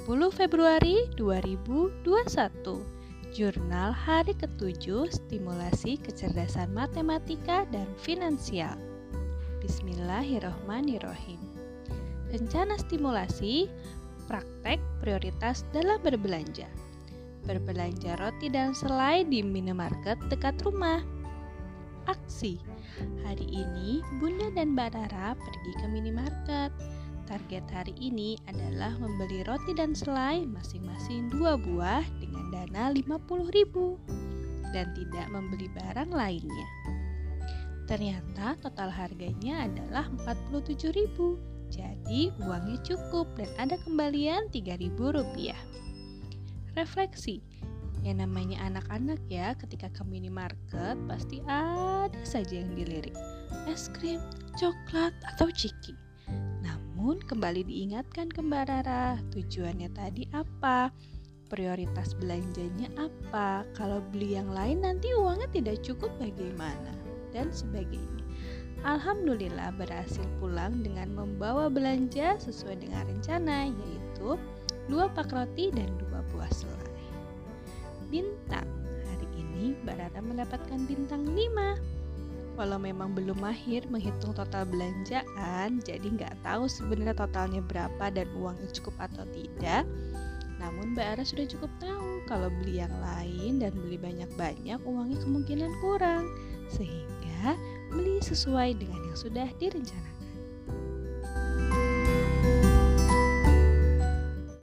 10 Februari 2021. Jurnal hari ke-7 Stimulasi Kecerdasan Matematika dan Finansial. Bismillahirrahmanirrahim. Rencana stimulasi, praktek prioritas dalam berbelanja. Berbelanja roti dan selai di minimarket dekat rumah. Aksi. Hari ini Bunda dan Mbak Rara pergi ke minimarket. Target hari ini adalah membeli roti dan selai masing-masing 2 buah dengan dana 50.000 dan tidak membeli barang lainnya. Ternyata total harganya adalah 47.000. Jadi uangnya cukup dan ada kembalian 3.000 rupiah. Refleksi. Yang namanya anak-anak ya, ketika ke minimarket pasti ada saja yang dilirik. Es krim, coklat, atau ciki. Namun kembali diingatkan ke Mbak Rara, tujuannya tadi apa? Prioritas belanjanya apa? Kalau beli yang lain nanti uangnya tidak cukup bagaimana? Dan sebagainya. Alhamdulillah berhasil pulang dengan membawa belanja sesuai dengan rencana, yaitu 2 pak roti dan 2 buah selai. Bintang, hari ini Mbak Rara mendapatkan bintang 5. Walau memang belum mahir menghitung total belanjaan, jadi nggak tahu sebenarnya totalnya berapa dan uangnya cukup atau tidak. Namun Mbak Ara sudah cukup tahu kalau beli yang lain dan beli banyak-banyak uangnya kemungkinan kurang, sehingga beli sesuai dengan yang sudah direncanakan.